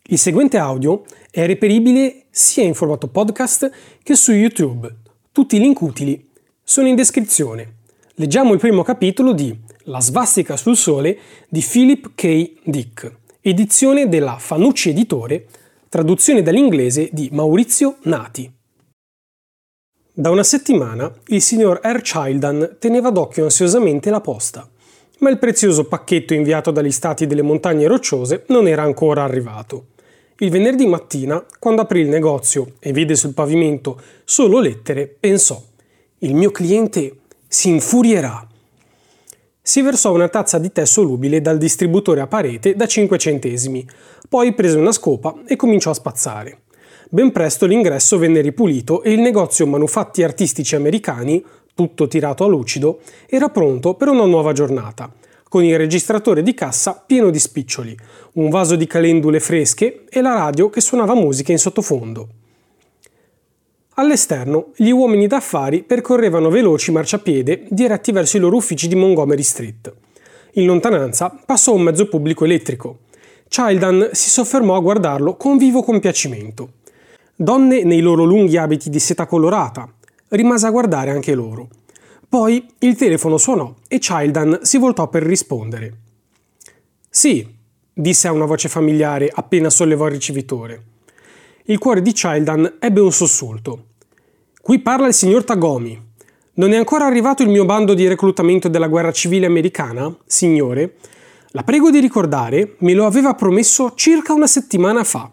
Il seguente audio è reperibile sia in formato podcast che su YouTube. Tutti i link utili sono in descrizione. Leggiamo il primo capitolo di La svastica sul sole di Philip K. Dick, edizione della Fanucci Editore, traduzione dall'inglese di Maurizio Nati. Da una settimana il signor R. Childan teneva d'occhio ansiosamente la posta, ma il prezioso pacchetto inviato dagli stati delle montagne rocciose non era ancora arrivato. Il venerdì mattina, quando aprì il negozio e vide sul pavimento solo lettere, pensò: «Il mio cliente si infurierà». Si versò una tazza di tè solubile dal distributore a parete da 5 centesimi, poi prese una scopa e cominciò a spazzare. Ben presto l'ingresso venne ripulito e il negozio manufatti artistici americani, tutto tirato a lucido, era pronto per una nuova giornata, con il registratore di cassa pieno di spiccioli, un vaso di calendule fresche e la radio che suonava musica in sottofondo. All'esterno, gli uomini d'affari percorrevano veloci marciapiede diretti verso i loro uffici di Montgomery Street. In lontananza passò un mezzo pubblico elettrico. Childan si soffermò a guardarlo con vivo compiacimento. Donne nei loro lunghi abiti di seta colorata. Rimase a guardare anche loro. Poi il telefono suonò e Childan si voltò per rispondere. «Sì», disse a una voce familiare appena sollevò il ricevitore. Il cuore di Childan ebbe un sussulto. «Qui parla il signor Tagomi. Non è ancora arrivato il mio bando di reclutamento della guerra civile americana, signore? La prego di ricordare, me lo aveva promesso circa una settimana fa».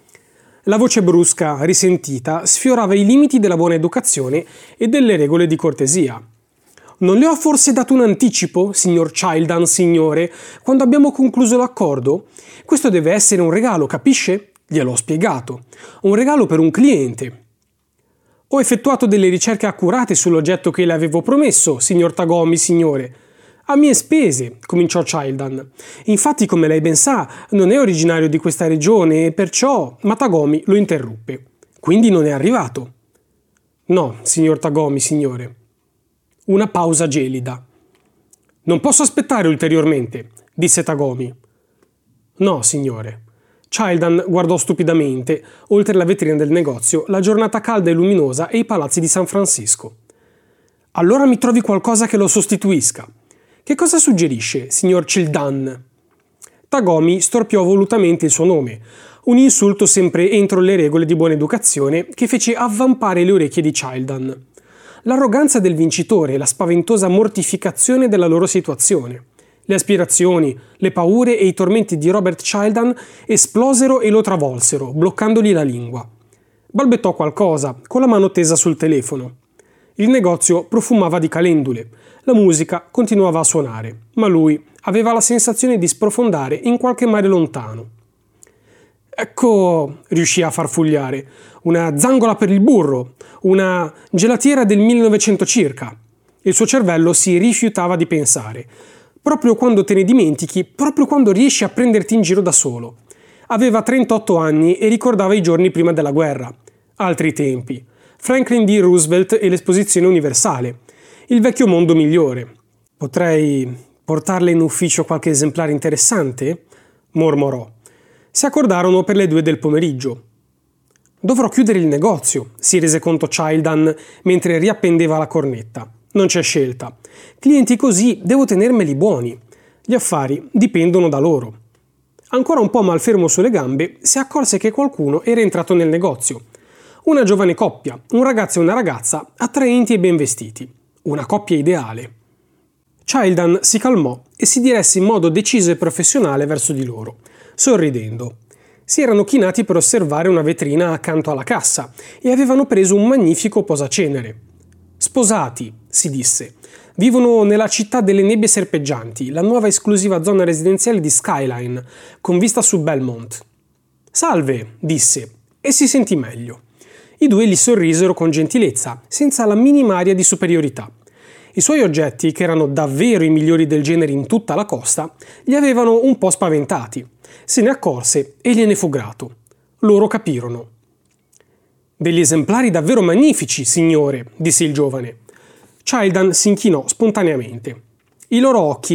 La voce brusca, risentita, sfiorava i limiti della buona educazione e delle regole di cortesia. «Non le ho forse dato un anticipo, signor Childan, signore, quando abbiamo concluso l'accordo? Questo deve essere un regalo, capisce? Gliel'ho spiegato. Un regalo per un cliente». «Ho effettuato delle ricerche accurate sull'oggetto che le avevo promesso, signor Tagomi, signore». «A mie spese», cominciò Childan. «Infatti, come lei ben sa, non è originario di questa regione e perciò...» Ma Tagomi lo interruppe. «Quindi non è arrivato?» «No, signor Tagomi, signore». Una pausa gelida. «Non posso aspettare ulteriormente», disse Tagomi. «No, signore». Childan guardò stupidamente, oltre la vetrina del negozio, la giornata calda e luminosa e i palazzi di San Francisco. «Allora mi trovi qualcosa che lo sostituisca. Che cosa suggerisce, signor Childan?» Tagomi storpiò volutamente il suo nome, un insulto sempre entro le regole di buona educazione che fece avvampare le orecchie di Childan. L'arroganza del vincitore e la spaventosa mortificazione della loro situazione. Le aspirazioni, le paure e i tormenti di Robert Childan esplosero e lo travolsero, bloccandogli la lingua. Balbettò qualcosa, con la mano tesa sul telefono. Il negozio profumava di calendule, la musica continuava a suonare, ma lui aveva la sensazione di sprofondare in qualche mare lontano. «Ecco», riuscì a farfugliare, «una zangola per il burro, una gelatiera del 1900 circa». Il suo cervello si rifiutava di pensare. Proprio quando te ne dimentichi, proprio quando riesci a prenderti in giro da solo. Aveva 38 anni e ricordava i giorni prima della guerra. Altri tempi. Franklin D. Roosevelt e l'esposizione universale. Il vecchio mondo migliore. «Potrei portarle in ufficio qualche esemplare interessante?» mormorò. Si accordarono per le 2 del pomeriggio. «Dovrò chiudere il negozio», si rese conto Childan mentre riappendeva la cornetta. «Non c'è scelta. Clienti così devo tenermeli buoni. Gli affari dipendono da loro». Ancora un po' malfermo sulle gambe, si accorse che qualcuno era entrato nel negozio. Una giovane coppia, un ragazzo e una ragazza, attraenti e ben vestiti. Una coppia ideale. Childan si calmò e si diresse in modo deciso e professionale verso di loro, sorridendo. Si erano chinati per osservare una vetrina accanto alla cassa e avevano preso un magnifico posacenere. «Sposati», si disse. «Vivono nella città delle nebbie serpeggianti, la nuova esclusiva zona residenziale di Skyline, con vista su Belmont». «Salve», disse, e si sentì meglio. I 2 gli sorrisero con gentilezza, senza la minima aria di superiorità. I suoi oggetti, che erano davvero i migliori del genere in tutta la costa, li avevano un po' spaventati. Se ne accorse e gliene fu grato. Loro capirono. «Degli esemplari davvero magnifici, signore», disse il giovane. Childan si inchinò spontaneamente. I loro occhi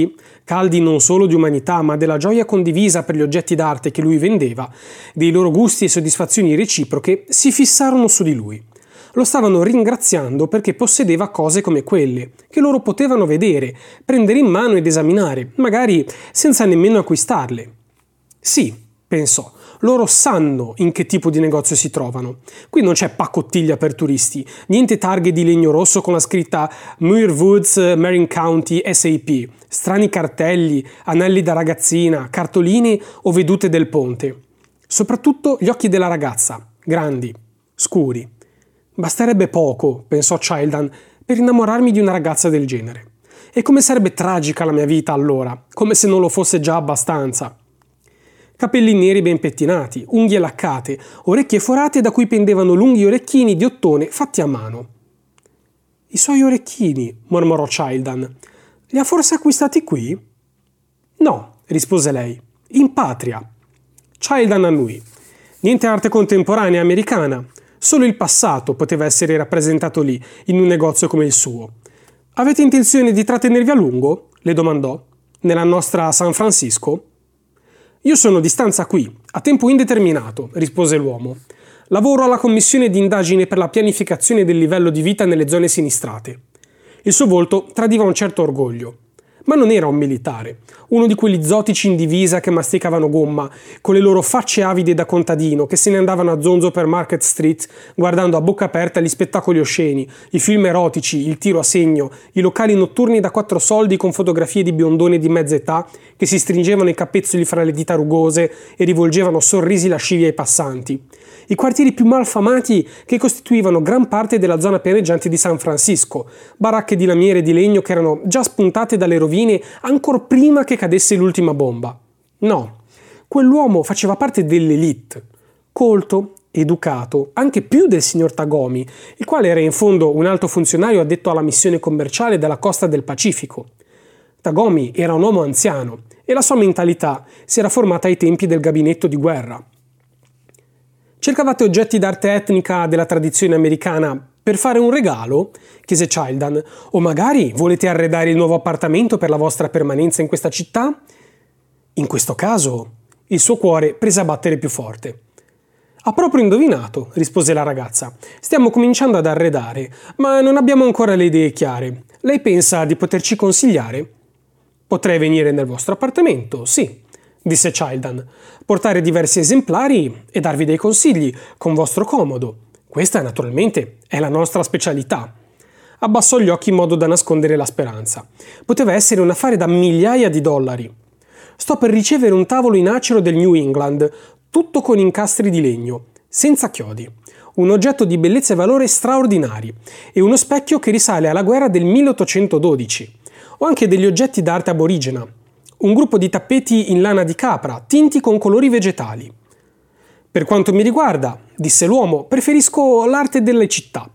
caldi non solo di umanità, ma della gioia condivisa per gli oggetti d'arte che lui vendeva, dei loro gusti e soddisfazioni reciproche, si fissarono su di lui. Lo stavano ringraziando perché possedeva cose come quelle, che loro potevano vedere, prendere in mano ed esaminare, magari senza nemmeno acquistarle. Sì, pensò, loro sanno in che tipo di negozio si trovano. Qui non c'è pacottiglia per turisti, niente targhe di legno rosso con la scritta Muir Woods, Marin County, SAP, strani cartelli, anelli da ragazzina, cartoline o vedute del ponte. Soprattutto gli occhi della ragazza, grandi, scuri. Basterebbe poco, pensò Childan, per innamorarmi di una ragazza del genere. E come sarebbe tragica la mia vita allora, come se non lo fosse già abbastanza. Capelli neri ben pettinati, unghie laccate, orecchie forate da cui pendevano lunghi orecchini di ottone fatti a mano. I suoi orecchini, mormorò Childan. Li ha forse acquistati qui? No, rispose lei, in patria. Childan annui. Niente arte contemporanea americana. Solo il passato poteva essere rappresentato lì, in un negozio come il suo. Avete intenzione di trattenervi a lungo? Le domandò. Nella nostra San Francisco? Io sono di stanza qui, a tempo indeterminato, rispose l'uomo. Lavoro alla commissione di indagine per la pianificazione del livello di vita nelle zone sinistrate. Il suo volto tradiva un certo orgoglio. Ma non era un militare, uno di quegli zotici in divisa che masticavano gomma, con le loro facce avide da contadino, che se ne andavano a zonzo per Market Street, guardando a bocca aperta gli spettacoli osceni, i film erotici, il tiro a segno, i locali notturni da 4 soldi con fotografie di biondoni di mezza età che si stringevano i capezzoli fra le dita rugose e rivolgevano sorrisi lascivi ai passanti. I quartieri più malfamati che costituivano gran parte della zona pianeggiante di San Francisco, baracche di lamiere di legno che erano già spuntate dalle rovine ancor prima che cadesse l'ultima bomba. No, quell'uomo faceva parte dell'elite, colto, educato, anche più del signor Tagomi, il quale era in fondo un alto funzionario addetto alla missione commerciale della costa del Pacifico. Tagomi era un uomo anziano e la sua mentalità si era formata ai tempi del gabinetto di guerra. Cercavate oggetti d'arte etnica della tradizione americana per fare un regalo? Chiese Childan. O magari volete arredare il nuovo appartamento per la vostra permanenza in questa città? In questo caso, il suo cuore prese a battere più forte. Ha proprio indovinato, rispose la ragazza. Stiamo cominciando ad arredare, ma non abbiamo ancora le idee chiare. Lei pensa di poterci consigliare? Potrei venire nel vostro appartamento, sì, disse Childan, portare diversi esemplari e darvi dei consigli, con vostro comodo. Questa, naturalmente, è la nostra specialità. Abbassò gli occhi in modo da nascondere la speranza. Poteva essere un affare da migliaia di dollari. Sto per ricevere un tavolo in acero del New England, tutto con incastri di legno, senza chiodi. Un oggetto di bellezza e valore straordinari e uno specchio che risale alla guerra del 1812. Ho anche degli oggetti d'arte aborigena. Un gruppo di tappeti in lana di capra, tinti con colori vegetali. Per quanto mi riguarda, disse l'uomo, preferisco l'arte delle città.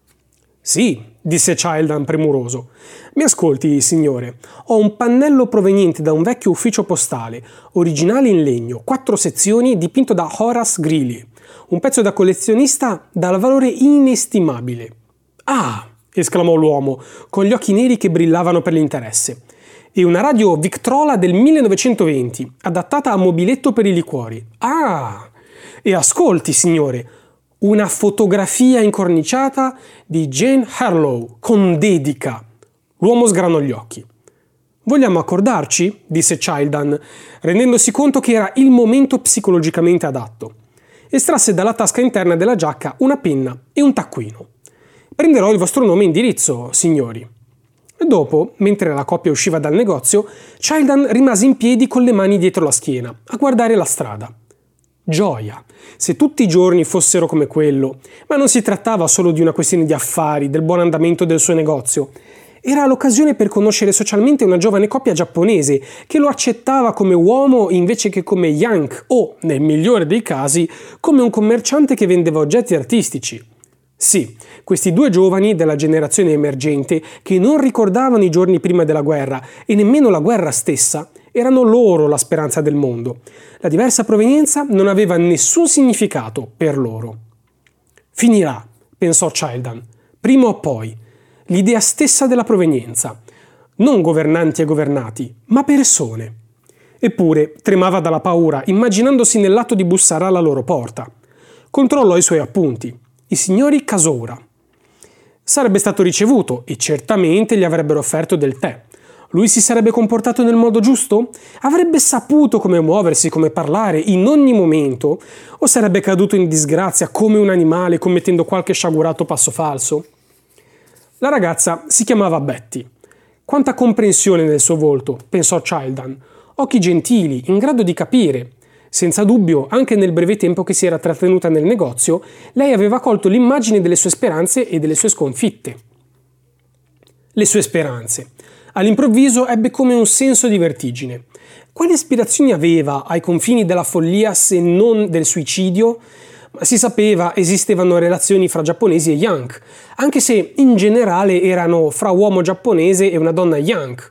Sì, disse Childan premuroso. Mi ascolti, signore. Ho un pannello proveniente da un vecchio ufficio postale, originale in legno, 4 sezioni, dipinto da Horace Greeley. Un pezzo da collezionista dal valore inestimabile. Ah! Esclamò l'uomo, con gli occhi neri che brillavano per l'interesse. E una radio Victrola del 1920, adattata a mobiletto per i liquori. Ah! E ascolti, signore, una fotografia incorniciata di Jane Harlow, con dedica. L'uomo sgranò gli occhi. Vogliamo accordarci? Disse Childan, rendendosi conto che era il momento psicologicamente adatto. Estrasse dalla tasca interna della giacca una penna e un taccuino. Prenderò il vostro nome e indirizzo, signori. Dopo, mentre la coppia usciva dal negozio, Childan rimase in piedi con le mani dietro la schiena, a guardare la strada. Gioia! Se tutti i giorni fossero come quello, ma non si trattava solo di una questione di affari, del buon andamento del suo negozio. Era l'occasione per conoscere socialmente una giovane coppia giapponese che lo accettava come uomo invece che come yank o, nel migliore dei casi, come un commerciante che vendeva oggetti artistici. Sì, questi 2 giovani della generazione emergente, che non ricordavano i giorni prima della guerra e nemmeno la guerra stessa, erano loro la speranza del mondo. La diversa provenienza non aveva nessun significato per loro. Finirà, pensò Childan, prima o poi. L'idea stessa della provenienza. non governanti e governati, ma persone. Eppure tremava dalla paura, immaginandosi nell'atto di bussare alla loro porta. Controllò i suoi appunti. I signori Kasoura. Sarebbe stato ricevuto e certamente gli avrebbero offerto del tè. Lui si sarebbe comportato nel modo giusto? Avrebbe saputo come muoversi, come parlare in ogni momento? O sarebbe caduto in disgrazia come un animale commettendo qualche sciagurato passo falso? La ragazza si chiamava Betty. Quanta comprensione nel suo volto, pensò Childan. Occhi gentili, in grado di capire. Senza dubbio, anche nel breve tempo che si era trattenuta nel negozio, lei aveva colto l'immagine delle sue speranze e delle sue sconfitte. Le sue speranze. All'improvviso ebbe come un senso di vertigine. Quali aspirazioni aveva ai confini della follia se non del suicidio? Ma si sapeva esistevano relazioni fra giapponesi e Yank, anche se in generale erano fra uomo giapponese e una donna Yank.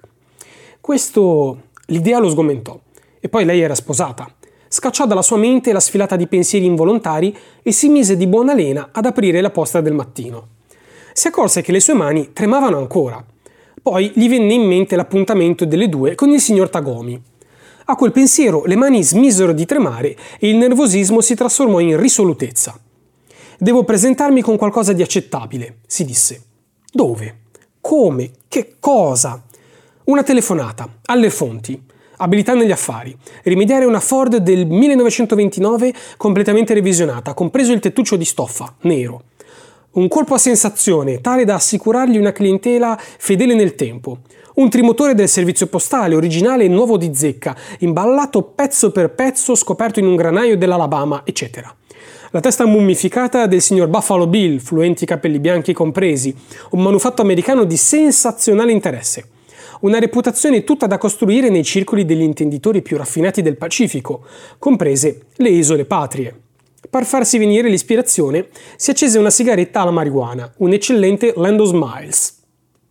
L'idea lo sgomentò. E poi lei era sposata. Scacciò dalla sua mente la sfilata di pensieri involontari e si mise di buona lena ad aprire la posta del mattino. Si accorse che le sue mani tremavano ancora. Poi gli venne in mente l'appuntamento delle 2 con il signor Tagomi. A quel pensiero le mani smisero di tremare e il nervosismo si trasformò in risolutezza. «Devo presentarmi con qualcosa di accettabile», si disse. «Dove? Come? Che cosa?» Una telefonata, alle fonti. Abilità negli affari. Rimediare una Ford del 1929 completamente revisionata, compreso il tettuccio di stoffa, nero. Un colpo a sensazione, tale da assicurargli una clientela fedele nel tempo. Un trimotore del servizio postale, originale e nuovo di zecca, imballato pezzo per pezzo, scoperto in un granaio dell'Alabama, eccetera. La testa mummificata del signor Buffalo Bill, fluenti capelli bianchi compresi. Un manufatto americano di sensazionale interesse. Una reputazione tutta da costruire nei circoli degli intenditori più raffinati del Pacifico, comprese le isole patrie. Per farsi venire l'ispirazione, si accese una sigaretta alla marijuana, un eccellente Lando Smiles.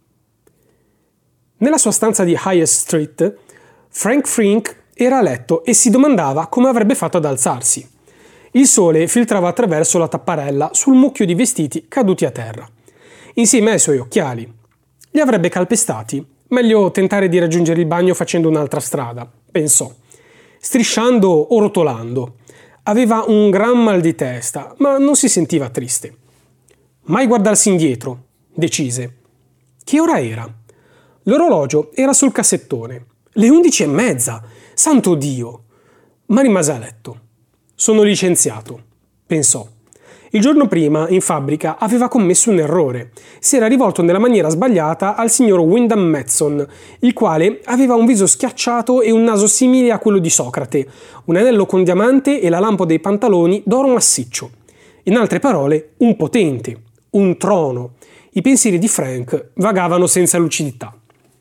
Nella sua stanza di High Street, Frank Frink era a letto e si domandava come avrebbe fatto ad alzarsi. Il sole filtrava attraverso la tapparella sul mucchio di vestiti caduti a terra. Insieme ai suoi occhiali. Li avrebbe calpestati. Meglio tentare di raggiungere il bagno facendo un'altra strada, pensò. Strisciando o rotolando. Aveva un gran mal di testa, ma non si sentiva triste. Mai guardarsi indietro, decise. Che ora era? L'orologio era sul cassettone. Le 11:30. Santo Dio! Ma rimase a letto. Sono licenziato, pensò. Il giorno prima, in fabbrica, aveva commesso un errore. Si era rivolto nella maniera sbagliata al signor Wyndham Matson, il quale aveva un viso schiacciato e un naso simile a quello di Socrate, un anello con diamante e la lampo dei pantaloni d'oro massiccio. In altre parole, un potente, un trono. I pensieri di Frank vagavano senza lucidità.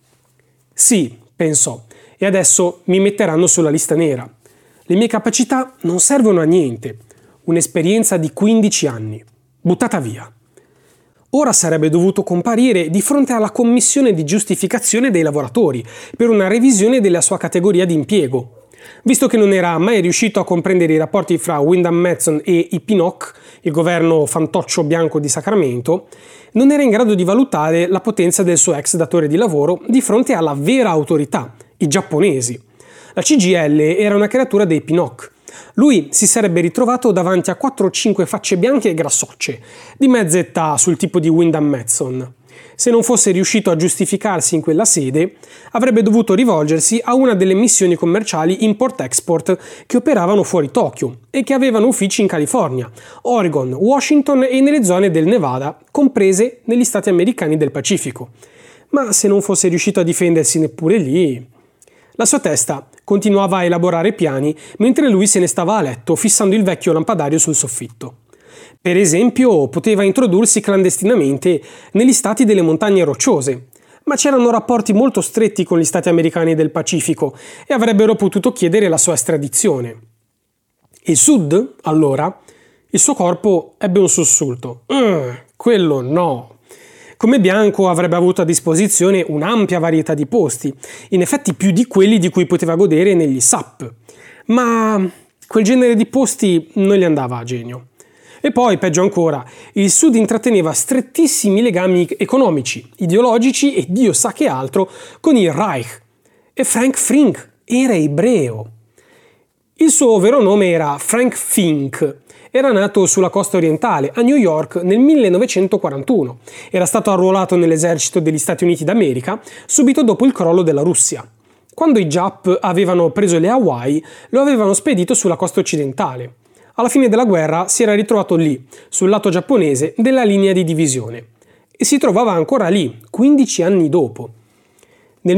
Sì, pensò, e adesso mi metteranno sulla lista nera. Le mie capacità non servono a niente. Un'esperienza di 15 anni, buttata via. Ora sarebbe dovuto comparire di fronte alla commissione di giustificazione dei lavoratori per una revisione della sua categoria di impiego. Visto che non era mai riuscito a comprendere i rapporti fra Wyndham Matson e i PNOC, il governo fantoccio bianco di Sacramento, non era in grado di valutare la potenza del suo ex datore di lavoro di fronte alla vera autorità, i giapponesi. La CGIL era una creatura dei PNOC. Lui si sarebbe ritrovato davanti a 4 o 5 facce bianche e grassocce, di mezza età sul tipo di Wyndham Matson. Se non fosse riuscito a giustificarsi in quella sede, avrebbe dovuto rivolgersi a una delle missioni commerciali import-export che operavano fuori Tokyo e che avevano uffici in California, Oregon, Washington e nelle zone del Nevada, comprese negli stati americani del Pacifico. Ma se non fosse riuscito a difendersi neppure lì... La sua testa continuava a elaborare piani mentre lui se ne stava a letto fissando il vecchio lampadario sul soffitto. Per esempio, poteva introdursi clandestinamente negli stati delle montagne rocciose, ma c'erano rapporti molto stretti con gli stati americani del Pacifico e avrebbero potuto chiedere la sua estradizione. Il Sud, allora? Il suo corpo ebbe un sussulto. Quello no! Come bianco avrebbe avuto a disposizione un'ampia varietà di posti, in effetti più di quelli di cui poteva godere negli SAP. Ma quel genere di posti non gli andava a genio. E poi, peggio ancora, il Sud intratteneva strettissimi legami economici, ideologici e Dio sa che altro con il Reich. E Frank Frink era ebreo. Il suo vero nome era Frank Fink. Era nato sulla costa orientale, a New York, nel 1941. Era stato arruolato nell'esercito degli Stati Uniti d'America subito dopo il crollo della Russia. Quando i Jap avevano preso le Hawaii, lo avevano spedito sulla costa occidentale. Alla fine della guerra si era ritrovato lì, sul lato giapponese della linea di divisione. E si trovava ancora lì, 15 anni dopo. Nel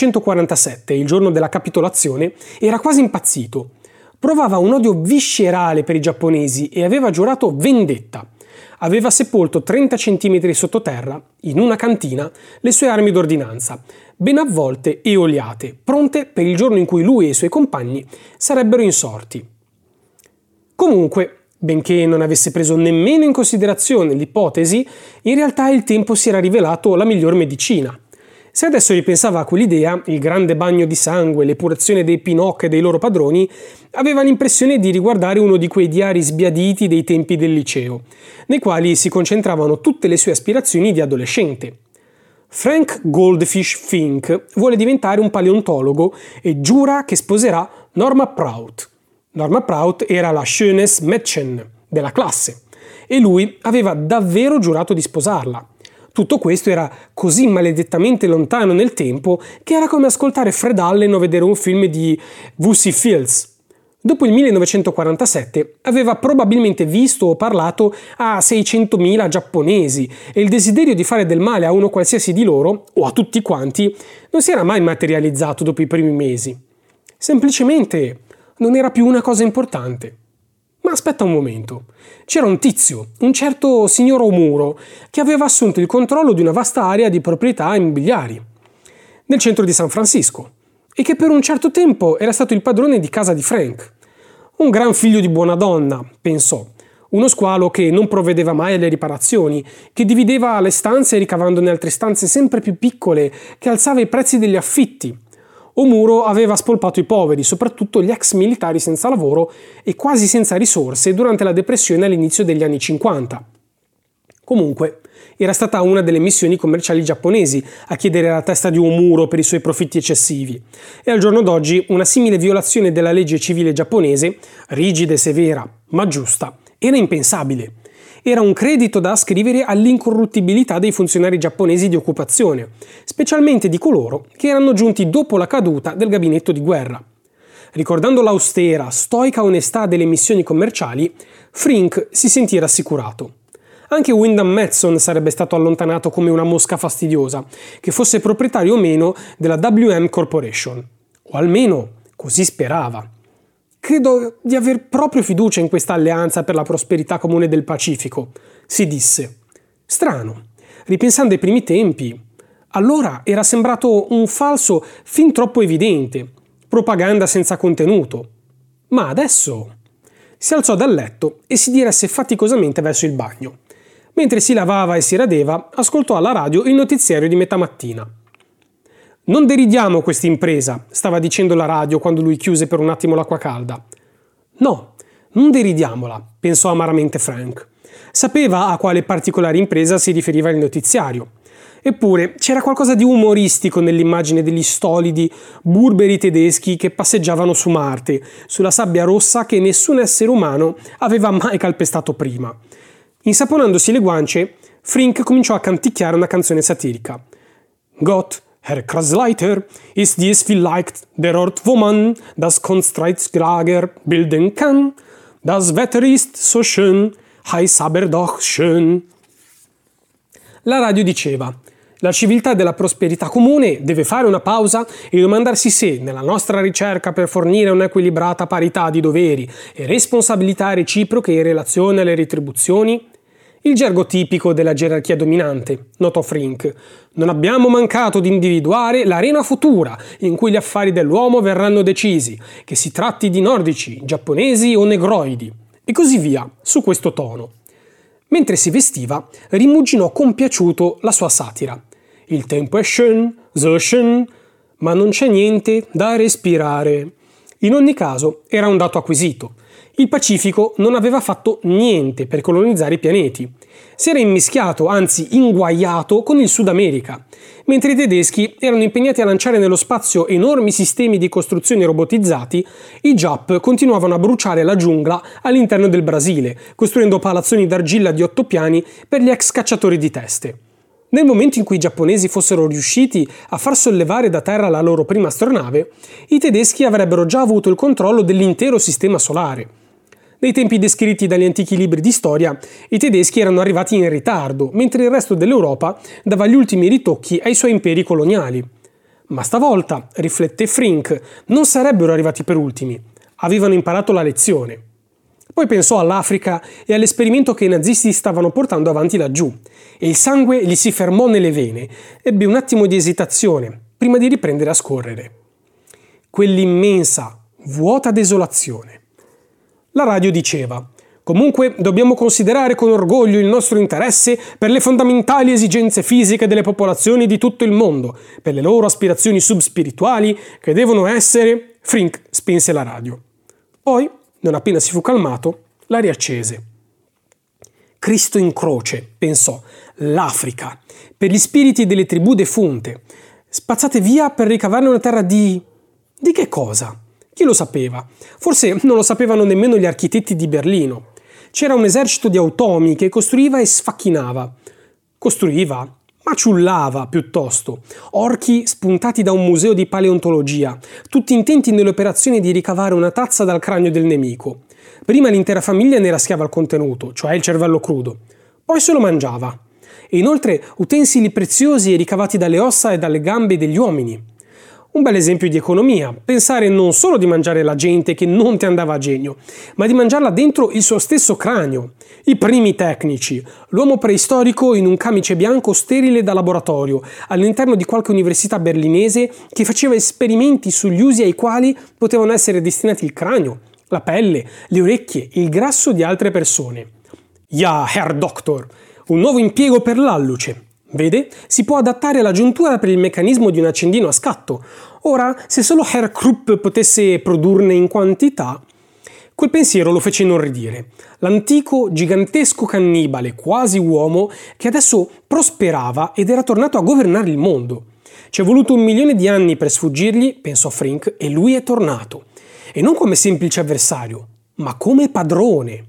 1947, il giorno della capitolazione, era quasi impazzito. Provava un odio viscerale per i giapponesi e aveva giurato vendetta. Aveva sepolto 30 cm sottoterra, in una cantina, le sue armi d'ordinanza, ben avvolte e oliate, pronte per il giorno in cui lui e i suoi compagni sarebbero insorti. Comunque, benché non avesse preso nemmeno in considerazione l'ipotesi, in realtà il tempo si era rivelato la miglior medicina. Se adesso ripensava a quell'idea, il grande bagno di sangue, l'epurazione dei Pinocchio e dei loro padroni, aveva l'impressione di riguardare uno di quei diari sbiaditi dei tempi del liceo, nei quali si concentravano tutte le sue aspirazioni di adolescente. Frank Goldfish Fink vuole diventare un paleontologo e giura che sposerà Norma Prout. Norma Prout era la Schönes Mädchen della classe e lui aveva davvero giurato di sposarla. Tutto questo era così maledettamente lontano nel tempo che era come ascoltare Fred Allen o vedere un film di W.C. Fields. Dopo il 1947 aveva probabilmente visto o parlato a 600.000 giapponesi e il desiderio di fare del male a uno qualsiasi di loro, o a tutti quanti, non si era mai materializzato dopo i primi mesi. Semplicemente non era più una cosa importante. Ma aspetta un momento. C'era un tizio, un certo signor Omuro, che aveva assunto il controllo di una vasta area di proprietà immobiliari nel centro di San Francisco e che per un certo tempo era stato il padrone di casa di Frank. Un gran figlio di buona donna, pensò. Uno squalo che non provvedeva mai alle riparazioni, che divideva le stanze ricavandone altre stanze sempre più piccole, che alzava i prezzi degli affitti. Omuro aveva spolpato i poveri, soprattutto gli ex militari senza lavoro e quasi senza risorse durante la depressione all'inizio degli anni 50. Comunque, era stata una delle missioni commerciali giapponesi a chiedere la testa di Omuro per i suoi profitti eccessivi. E al giorno d'oggi una simile violazione della legge civile giapponese, rigida e severa, ma giusta, era impensabile. Era un credito da ascrivere all'incorruttibilità dei funzionari giapponesi di occupazione, specialmente di coloro che erano giunti dopo la caduta del gabinetto di guerra. Ricordando l'austera, stoica onestà delle missioni commerciali, Frink si sentì rassicurato. Anche Wyndham Matson sarebbe stato allontanato come una mosca fastidiosa, che fosse proprietario o meno della WM Corporation. O almeno così sperava. Credo di aver proprio fiducia in questa alleanza per la prosperità comune del Pacifico, si disse. Strano, ripensando ai primi tempi. Allora era sembrato un falso fin troppo evidente, propaganda senza contenuto. Ma adesso... Si alzò dal letto e si diresse faticosamente verso il bagno. Mentre si lavava e si radeva, ascoltò alla radio il notiziario di metà mattina. «Non deridiamo questa impresa», stava dicendo la radio quando lui chiuse per un attimo l'acqua calda. «No, non deridiamola», pensò amaramente Frank. Sapeva a quale particolare impresa si riferiva il notiziario. Eppure c'era qualcosa di umoristico nell'immagine degli stolidi burberi tedeschi che passeggiavano su Marte, sulla sabbia rossa che nessun essere umano aveva mai calpestato prima. Insaponandosi le guance, Frink cominciò a canticchiare una canzone satirica. Gott, Herr Kreisleiter, ist dies vielleicht der Ort, wo man das Kunstreichslager bilden kann? Das Wetter ist so schön, heiß aber doch schön. La radio diceva: la civiltà della prosperità comune deve fare una pausa e domandarsi se, nella nostra ricerca per fornire un'equilibrata parità di doveri e responsabilità reciproche in relazione alle retribuzioni, il gergo tipico della gerarchia dominante, notò Frink, non abbiamo mancato di individuare l'arena futura in cui gli affari dell'uomo verranno decisi, che si tratti di nordici, giapponesi o negroidi, e così via, su questo tono. Mentre si vestiva, rimuginò compiaciuto la sua satira. Il tempo è schön, so schön, ma non c'è niente da respirare. In ogni caso, era un dato acquisito. Il Pacifico non aveva fatto niente per colonizzare i pianeti. Si era immischiato, anzi inguaiato, con il Sud America, mentre i tedeschi erano impegnati a lanciare nello spazio enormi sistemi di costruzione robotizzati. I Jap continuavano a bruciare la giungla all'interno del Brasile, costruendo palazzoni d'argilla di 8 piani per gli ex cacciatori di teste. Nel momento in cui i giapponesi fossero riusciti a far sollevare da terra la loro prima astronave, i tedeschi avrebbero già avuto il controllo dell'intero sistema solare. Nei tempi descritti dagli antichi libri di storia, i tedeschi erano arrivati in ritardo, mentre il resto dell'Europa dava gli ultimi ritocchi ai suoi imperi coloniali. Ma stavolta, riflette Frink, non sarebbero arrivati per ultimi. Avevano imparato la lezione. Poi pensò all'Africa e all'esperimento che i nazisti stavano portando avanti laggiù, e il sangue gli si fermò nelle vene. Ebbe un attimo di esitazione, prima di riprendere a scorrere. Quell'immensa, vuota desolazione. La radio diceva: comunque dobbiamo considerare con orgoglio il nostro interesse per le fondamentali esigenze fisiche delle popolazioni di tutto il mondo, per le loro aspirazioni subspirituali che devono essere... Frink spense la radio. Poi, non appena si fu calmato, la riaccese. Cristo in croce, pensò, l'Africa, per gli spiriti delle tribù defunte, spazzate via per ricavarne una terra di... Di che cosa? Chi lo sapeva? Forse non lo sapevano nemmeno gli architetti di Berlino. C'era un esercito di automi che costruiva e sfacchinava. Costruiva? Maciullava, piuttosto. Orchi spuntati da un museo di paleontologia, tutti intenti nell'operazione di ricavare una tazza dal cranio del nemico. Prima l'intera famiglia ne raschiava il contenuto, cioè il cervello crudo. Poi se lo mangiava. E inoltre utensili preziosi ricavati dalle ossa e dalle gambe degli uomini. Un bel esempio di economia, pensare non solo di mangiare la gente che non ti andava a genio, ma di mangiarla dentro il suo stesso cranio. I primi tecnici, l'uomo preistorico in un camice bianco sterile da laboratorio, all'interno di qualche università berlinese che faceva esperimenti sugli usi ai quali potevano essere destinati il cranio, la pelle, le orecchie, il grasso di altre persone. Ja, Herr Doktor, un nuovo impiego per l'alluce. Vede? Si può adattare la giuntura per il meccanismo di un accendino a scatto. Ora, se solo Herr Krupp potesse produrne in quantità... Quel pensiero lo fece inorridire. L'antico, gigantesco cannibale, quasi uomo, che adesso prosperava ed era tornato a governare il mondo. Ci è voluto 1 milione di anni per sfuggirgli, pensò Frink, e lui è tornato. E non come semplice avversario, ma come padrone.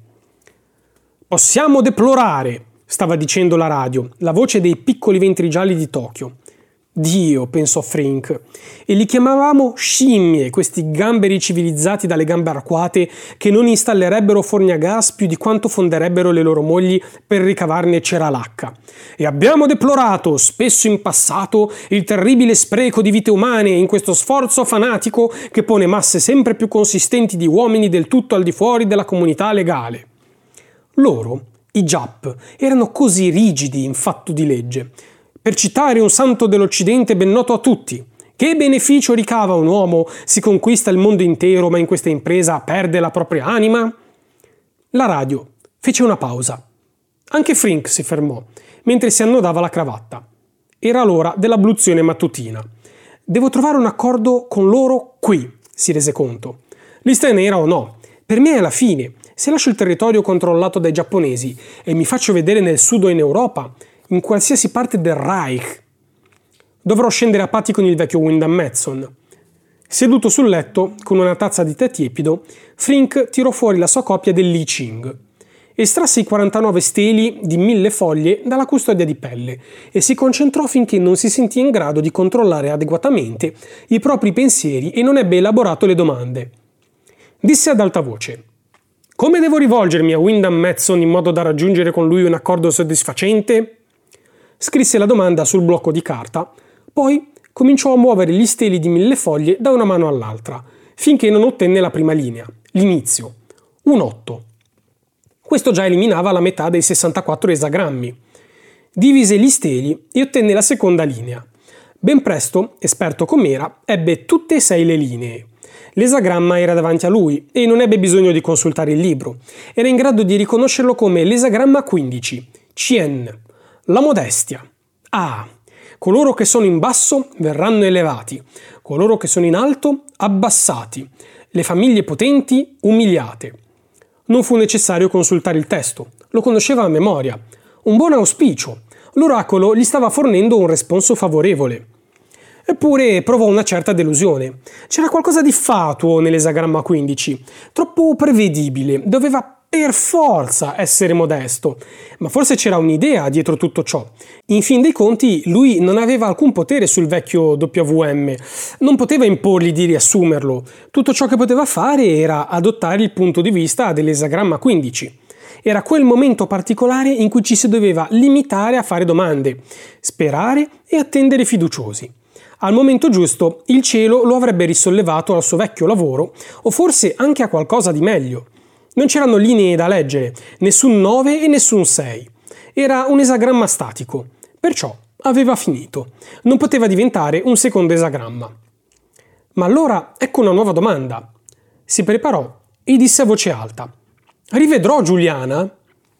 Possiamo deplorare, stava dicendo la radio, la voce dei piccoli ventri gialli di Tokyo. Dio, pensò Frink, e li chiamavamo scimmie, questi gamberi civilizzati dalle gambe arcuate che non installerebbero forni a gas più di quanto fonderebbero le loro mogli per ricavarne cera lacca. E abbiamo deplorato, spesso in passato, il terribile spreco di vite umane in questo sforzo fanatico che pone masse sempre più consistenti di uomini del tutto al di fuori della comunità legale. Loro, i Jap, erano così rigidi in fatto di legge. Per citare un santo dell'Occidente ben noto a tutti, che beneficio ricava un uomo si conquista il mondo intero ma in questa impresa perde la propria anima? La radio fece una pausa. Anche Frink si fermò, mentre si annodava la cravatta. Era l'ora dell'abluzione mattutina. Devo trovare un accordo con loro qui, si rese conto. Lista nera o no, per me è la fine. Se lascio il territorio controllato dai giapponesi e mi faccio vedere nel sud o in Europa, in qualsiasi parte del Reich, dovrò scendere a patti con il vecchio Wyndham Matson. Seduto sul letto, con una tazza di tè tiepido, Frink tirò fuori la sua copia del Li Ching. Estrasse i 49 steli di 1000 foglie dalla custodia di pelle e si concentrò finché non si sentì in grado di controllare adeguatamente i propri pensieri e non ebbe elaborato le domande. Disse ad alta voce: «Come devo rivolgermi a Wyndham Matson in modo da raggiungere con lui un accordo soddisfacente?» Scrisse la domanda sul blocco di carta, poi cominciò a muovere gli steli di 1000 foglie da una mano all'altra, finché non ottenne la prima linea, l'inizio, un 8. Questo già eliminava la metà dei 64 esagrammi. Divise gli steli e ottenne la seconda linea. Ben presto, esperto com'era, ebbe tutte e 6 le linee. L'esagramma era davanti a lui e non ebbe bisogno di consultare il libro. Era in grado di riconoscerlo come l'esagramma 15, Chien, la modestia. Ah, coloro che sono in basso verranno elevati, coloro che sono in alto abbassati, le famiglie potenti umiliate. Non fu necessario consultare il testo, lo conosceva a memoria. Un buon auspicio. L'oracolo gli stava fornendo un responso favorevole. Eppure provò una certa delusione. C'era qualcosa di fatuo nell'esagramma 15, troppo prevedibile, doveva per forza essere modesto, ma forse c'era un'idea dietro tutto ciò. In fin dei conti, lui non aveva alcun potere sul vecchio WM, non poteva imporgli di riassumerlo. Tutto ciò che poteva fare era adottare il punto di vista dell'esagramma 15. Era quel momento particolare in cui ci si doveva limitare a fare domande, sperare e attendere fiduciosi. Al momento giusto il cielo lo avrebbe risollevato al suo vecchio lavoro o forse anche a qualcosa di meglio. Non c'erano linee da leggere, nessun 9 e nessun 6. Era un esagramma statico, perciò aveva finito. Non poteva diventare un secondo esagramma. Ma allora ecco una nuova domanda. Si preparò e disse a voce alta: «Rivedrò Giuliana?»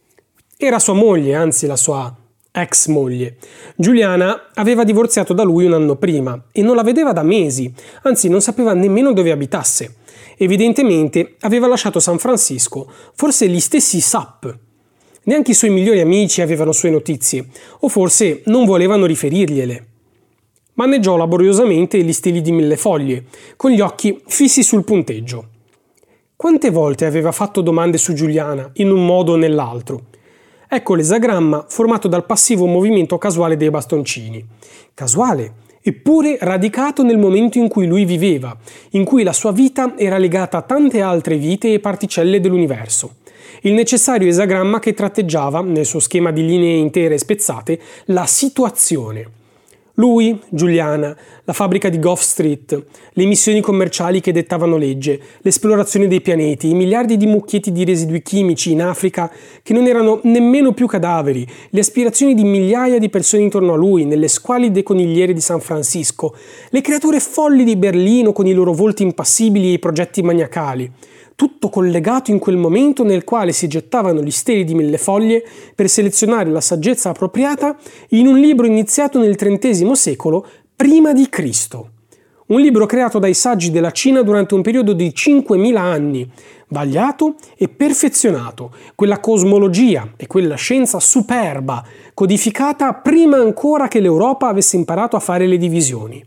Era sua moglie, anzi la sua ex moglie. Giuliana aveva divorziato da lui un anno prima e non la vedeva da mesi, anzi non sapeva nemmeno dove abitasse. Evidentemente aveva lasciato San Francisco, forse gli stessi SAP. Neanche i suoi migliori amici avevano sue notizie, o forse non volevano riferirgliele. Maneggiò laboriosamente gli steli di 1000 foglie, con gli occhi fissi sul punteggio. Quante volte aveva fatto domande su Giuliana, in un modo o nell'altro? Ecco l'esagramma formato dal passivo movimento casuale dei bastoncini. Casuale, eppure radicato nel momento in cui lui viveva, in cui la sua vita era legata a tante altre vite e particelle dell'universo. Il necessario esagramma che tratteggiava, nel suo schema di linee intere e spezzate, la situazione. Lui, Giuliana, la fabbrica di Gulf Street, le missioni commerciali che dettavano legge, l'esplorazione dei pianeti, i miliardi di mucchietti di residui chimici in Africa che non erano nemmeno più cadaveri, le aspirazioni di migliaia di persone intorno a lui, nelle squalide conigliere di San Francisco, le creature folli di Berlino con i loro volti impassibili e i progetti maniacali. Tutto collegato in quel momento nel quale si gettavano gli steli di 1000 foglie per selezionare la saggezza appropriata in un libro iniziato nel XX secolo prima di Cristo. Un libro creato dai saggi della Cina durante un periodo di 5000 anni, vagliato e perfezionato, quella cosmologia e quella scienza superba, codificata prima ancora che l'Europa avesse imparato a fare le divisioni.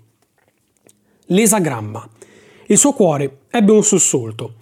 L'esagramma. Il suo cuore ebbe un sussulto.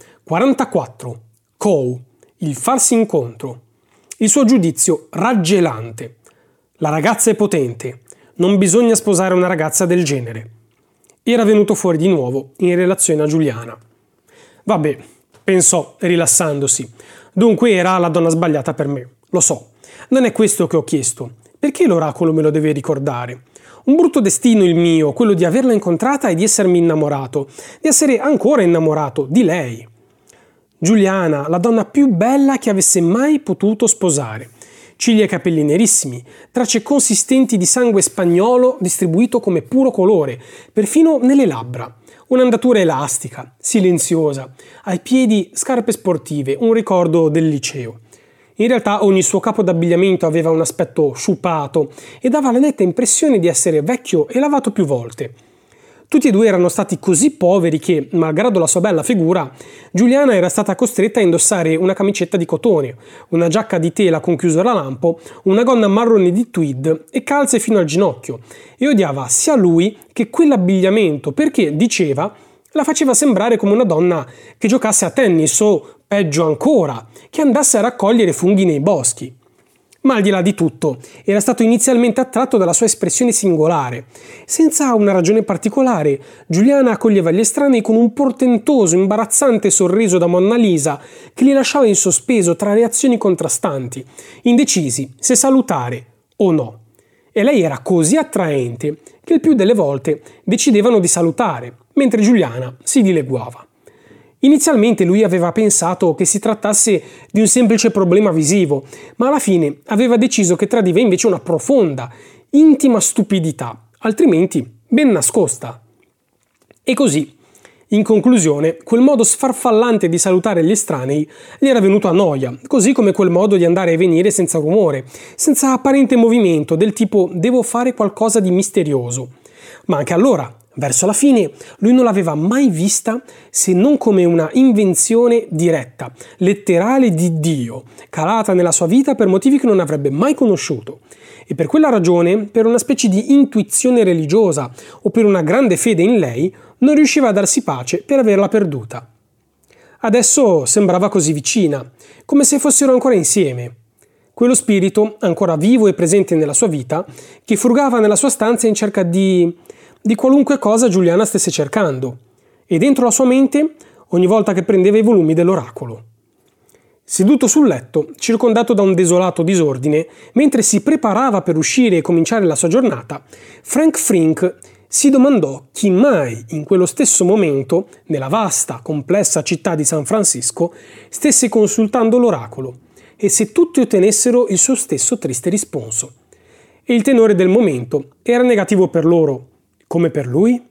44. Coe. Il farsi incontro. Il suo giudizio raggelante. La ragazza è potente. Non bisogna sposare una ragazza del genere. Era venuto fuori di nuovo in relazione a Giuliana. Vabbè, pensò, rilassandosi. Dunque era la donna sbagliata per me. Lo so. Non è questo che ho chiesto. Perché l'oracolo me lo deve ricordare? Un brutto destino il mio, quello di averla incontrata e di essermi innamorato, di essere ancora innamorato di lei. Giuliana, la donna più bella che avesse mai potuto sposare. Ciglia e capelli nerissimi, tracce consistenti di sangue spagnolo distribuito come puro colore, perfino nelle labbra. Un'andatura elastica, silenziosa, ai piedi scarpe sportive, un ricordo del liceo. In realtà ogni suo capo d'abbigliamento aveva un aspetto sciupato e dava la netta impressione di essere vecchio e lavato più volte. Tutti e due erano stati così poveri che, malgrado la sua bella figura, Giuliana era stata costretta a indossare una camicetta di cotone, una giacca di tela con chiusura a lampo, una gonna marrone di tweed e calze fino al ginocchio, e odiava sia lui che quell'abbigliamento perché, diceva, la faceva sembrare come una donna che giocasse a tennis o, peggio ancora, che andasse a raccogliere funghi nei boschi. Ma al di là di tutto, era stato inizialmente attratto dalla sua espressione singolare. Senza una ragione particolare, Giuliana accoglieva gli estranei con un portentoso, imbarazzante sorriso da Monna Lisa che li lasciava in sospeso tra reazioni contrastanti, indecisi se salutare o no. E lei era così attraente che il più delle volte decidevano di salutare, mentre Giuliana si dileguava. Inizialmente lui aveva pensato che si trattasse di un semplice problema visivo, ma alla fine aveva deciso che tradiva invece una profonda, intima stupidità, altrimenti ben nascosta. E così, in conclusione, quel modo sfarfallante di salutare gli estranei gli era venuto a noia, così come quel modo di andare e venire senza rumore, senza apparente movimento, del tipo «devo fare qualcosa di misterioso». Ma anche allora Verso la fine, lui non l'aveva mai vista se non come una invenzione diretta, letterale di Dio, calata nella sua vita per motivi che non avrebbe mai conosciuto. E per quella ragione, per una specie di intuizione religiosa o per una grande fede in lei, non riusciva a darsi pace per averla perduta. Adesso sembrava così vicina, come se fossero ancora insieme. Quello spirito, ancora vivo e presente nella sua vita, che frugava nella sua stanza in cerca di qualunque cosa Giuliana stesse cercando, e dentro la sua mente ogni volta che prendeva i volumi dell'oracolo. Seduto sul letto, circondato da un desolato disordine, mentre si preparava per uscire e cominciare la sua giornata, Frank Frink si domandò chi mai in quello stesso momento, nella vasta, complessa città di San Francisco, stesse consultando l'oracolo e se tutti ottenessero il suo stesso triste risponso. E il tenore del momento era negativo per loro, come per lui?